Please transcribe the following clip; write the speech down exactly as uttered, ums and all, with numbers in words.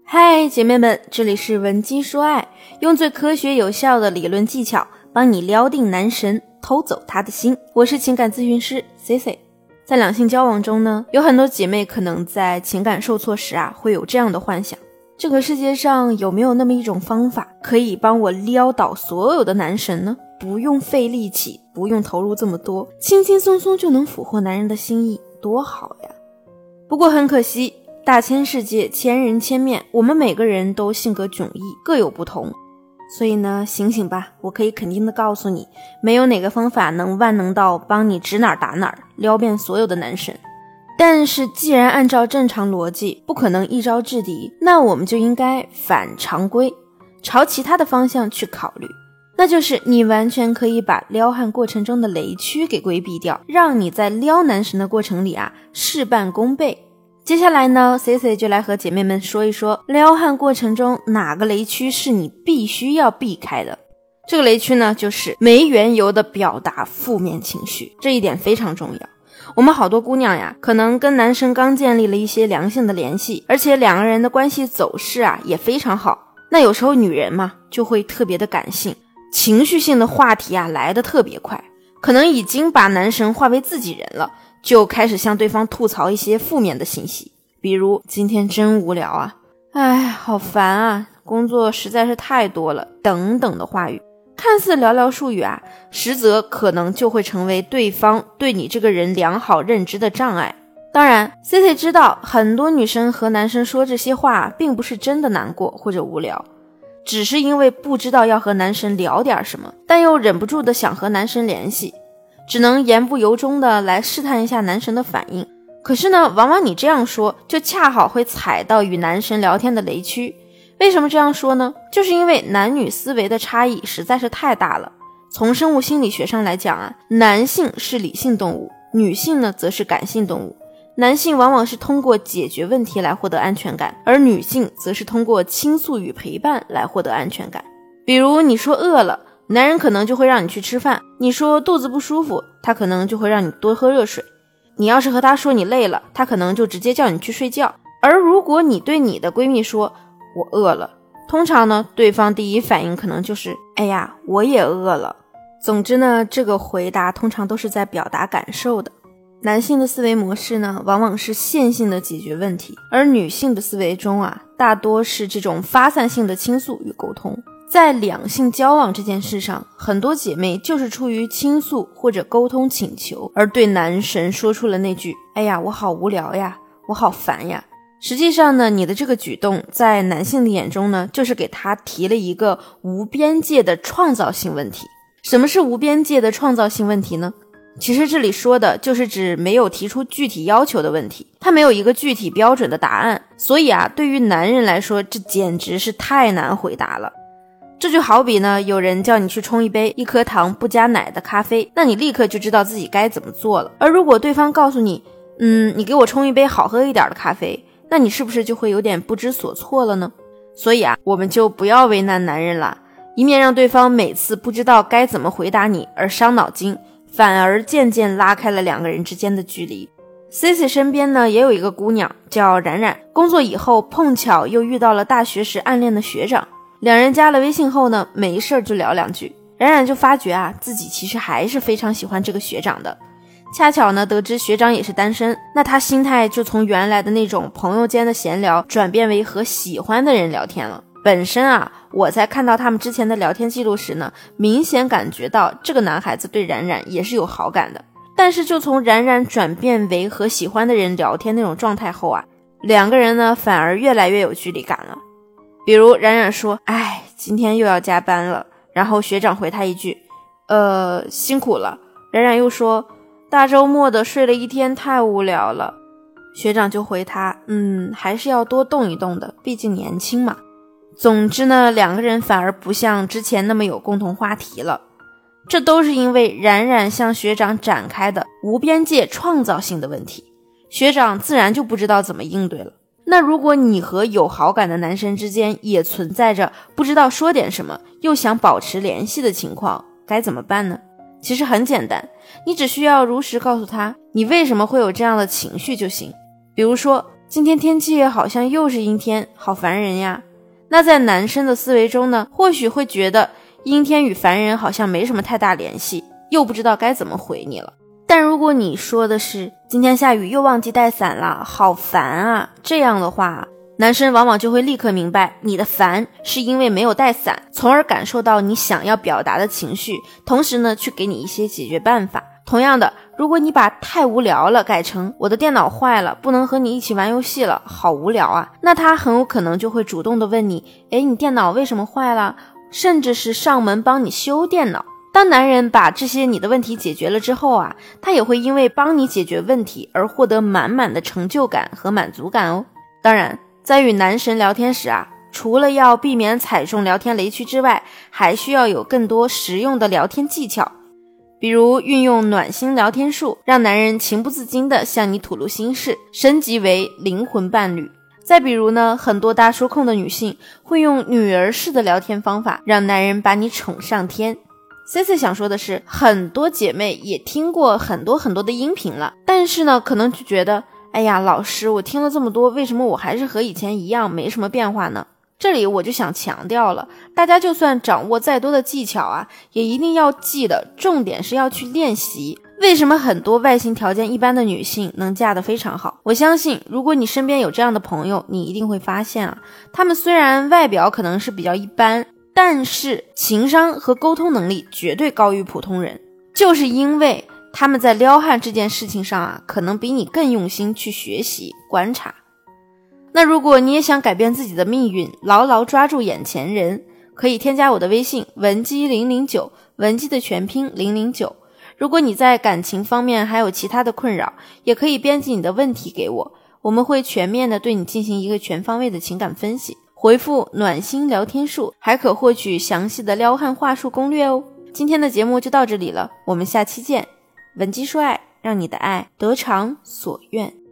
嗨，姐妹们，这里是文姬说爱，用最科学有效的理论技巧帮你撩定男神，偷走他的心。我是情感咨询师 C C。 在两性交往中呢，有很多姐妹可能在情感受挫时啊，会有这样的幻想，这个世界上有没有那么一种方法可以帮我撩倒所有的男神呢？不用费力气，不用投入这么多，轻轻松松就能俘获男人的心意，多好呀。不过很可惜，大千世界千人千面，我们每个人都性格迥异，各有不同。所以呢，醒醒吧，我可以肯定的告诉你，没有哪个方法能万能到帮你指哪儿打哪儿，撩遍所有的男神。但是既然按照正常逻辑不可能一招制敌，那我们就应该反常规，朝其他的方向去考虑。那就是你完全可以把撩汉过程中的雷区给规避掉，让你在撩男神的过程里啊事半功倍。接下来呢 C C 就来和姐妹们说一说撩汉过程中哪个雷区是你必须要避开的。这个雷区呢，就是没缘由的表达负面情绪，这一点非常重要。我们好多姑娘呀，可能跟男生刚建立了一些良性的联系，而且两个人的关系走势啊也非常好。那有时候女人嘛，就会特别的感性，情绪性的话题啊来得特别快，可能已经把男神化为自己人了，就开始向对方吐槽一些负面的信息，比如今天真无聊啊，哎，好烦啊，工作实在是太多了，等等的话语。看似寥寥数语啊，实则可能就会成为对方对你这个人良好认知的障碍。当然 C C 知道很多女生和男生说这些话并不是真的难过或者无聊，只是因为不知道要和男神聊点什么，但又忍不住的想和男神联系，只能言不由衷的来试探一下男神的反应。可是呢，往往你这样说就恰好会踩到与男神聊天的雷区。为什么这样说呢？就是因为男女思维的差异实在是太大了。从生物心理学上来讲啊，男性是理性动物，女性呢则是感性动物。男性往往是通过解决问题来获得安全感，而女性则是通过倾诉与陪伴来获得安全感。比如你说饿了，男人可能就会让你去吃饭，你说肚子不舒服，他可能就会让你多喝热水。你要是和他说你累了，他可能就直接叫你去睡觉。而如果你对你的闺蜜说我饿了，通常呢，对方第一反应可能就是哎呀，我也饿了。总之呢，这个回答通常都是在表达感受的。男性的思维模式呢，往往是线性的解决问题，而女性的思维中啊，大多是这种发散性的倾诉与沟通。在两性交往这件事上，很多姐妹就是出于倾诉或者沟通请求，而对男神说出了那句哎呀，我好无聊呀，我好烦呀。实际上呢，你的这个举动在男性的眼中呢，就是给他提了一个无边界的创造性问题。什么是无边界的创造性问题呢？其实这里说的就是指没有提出具体要求的问题，他没有一个具体标准的答案，所以啊，对于男人来说，这简直是太难回答了。这就好比呢，有人叫你去冲一杯一颗糖不加奶的咖啡，那你立刻就知道自己该怎么做了。而如果对方告诉你，嗯，你给我冲一杯好喝一点的咖啡，那你是不是就会有点不知所措了呢？所以啊，我们就不要为难男人了，以免让对方每次不知道该怎么回答你而伤脑筋，反而渐渐拉开了两个人之间的距离。 C C 身边呢也有一个姑娘叫冉冉，工作以后碰巧又遇到了大学时暗恋的学长，两人加了微信后呢，没事就聊两句。冉冉就发觉啊，自己其实还是非常喜欢这个学长的。恰巧呢，得知学长也是单身，那他心态就从原来的那种朋友间的闲聊转变为和喜欢的人聊天了。本身啊，我在看到他们之前的聊天记录时呢，明显感觉到这个男孩子对冉冉也是有好感的。但是就从冉冉转变为和喜欢的人聊天那种状态后啊，两个人呢反而越来越有距离感了。比如冉冉说，哎，今天又要加班了，然后学长回他一句，呃，辛苦了。冉冉又说，大周末的睡了一天太无聊了。学长就回他，嗯，还是要多动一动的，毕竟年轻嘛。总之呢，两个人反而不像之前那么有共同话题了。这都是因为冉冉向学长展开的无边界创造性的问题，学长自然就不知道怎么应对了。那如果你和有好感的男生之间也存在着不知道说点什么，又想保持联系的情况，该怎么办呢？其实很简单，你只需要如实告诉他你为什么会有这样的情绪就行。比如说， 今天天气好像又是阴天，好烦人呀。那在男生的思维中呢，或许会觉得阴天与烦人好像没什么太大联系，又不知道该怎么回你了。但如果你说的是今天下雨又忘记带伞了，好烦啊，这样的话，男生往往就会立刻明白你的烦是因为没有带伞，从而感受到你想要表达的情绪，同时呢去给你一些解决办法。同样的，如果你把太无聊了改成我的电脑坏了，不能和你一起玩游戏了，好无聊啊，那他很有可能就会主动的问你，诶，你电脑为什么坏了？甚至是上门帮你修电脑。当男人把这些你的问题解决了之后啊，他也会因为帮你解决问题而获得满满的成就感和满足感哦。当然，在与男神聊天时啊，除了要避免踩中聊天雷区之外，还需要有更多实用的聊天技巧。比如运用暖心聊天术，让男人情不自禁地向你吐露心事，升级为灵魂伴侣。再比如呢，很多大叔控的女性会用女儿式的聊天方法，让男人把你宠上天。C C 想说的是，很多姐妹也听过很多很多的音频了，但是呢，可能就觉得，哎呀，老师，我听了这么多，为什么我还是和以前一样，没什么变化呢？这里我就想强调了，大家就算掌握再多的技巧啊，也一定要记得，重点是要去练习。为什么很多外形条件一般的女性能嫁得非常好？我相信，如果你身边有这样的朋友，你一定会发现啊，她们虽然外表可能是比较一般，但是情商和沟通能力绝对高于普通人，就是因为他们在撩汉这件事情上啊，可能比你更用心去学习观察。那如果你也想改变自己的命运，牢牢抓住眼前人，可以添加我的微信文姬零零九，文姬的全拼零零九。如果你在感情方面还有其他的困扰，也可以编辑你的问题给我，我们会全面的对你进行一个全方位的情感分析。回复暖心聊天术，还可获取详细的撩汉话术攻略哦。今天的节目就到这里了，我们下期见。文姬说爱，让你的爱得偿所愿。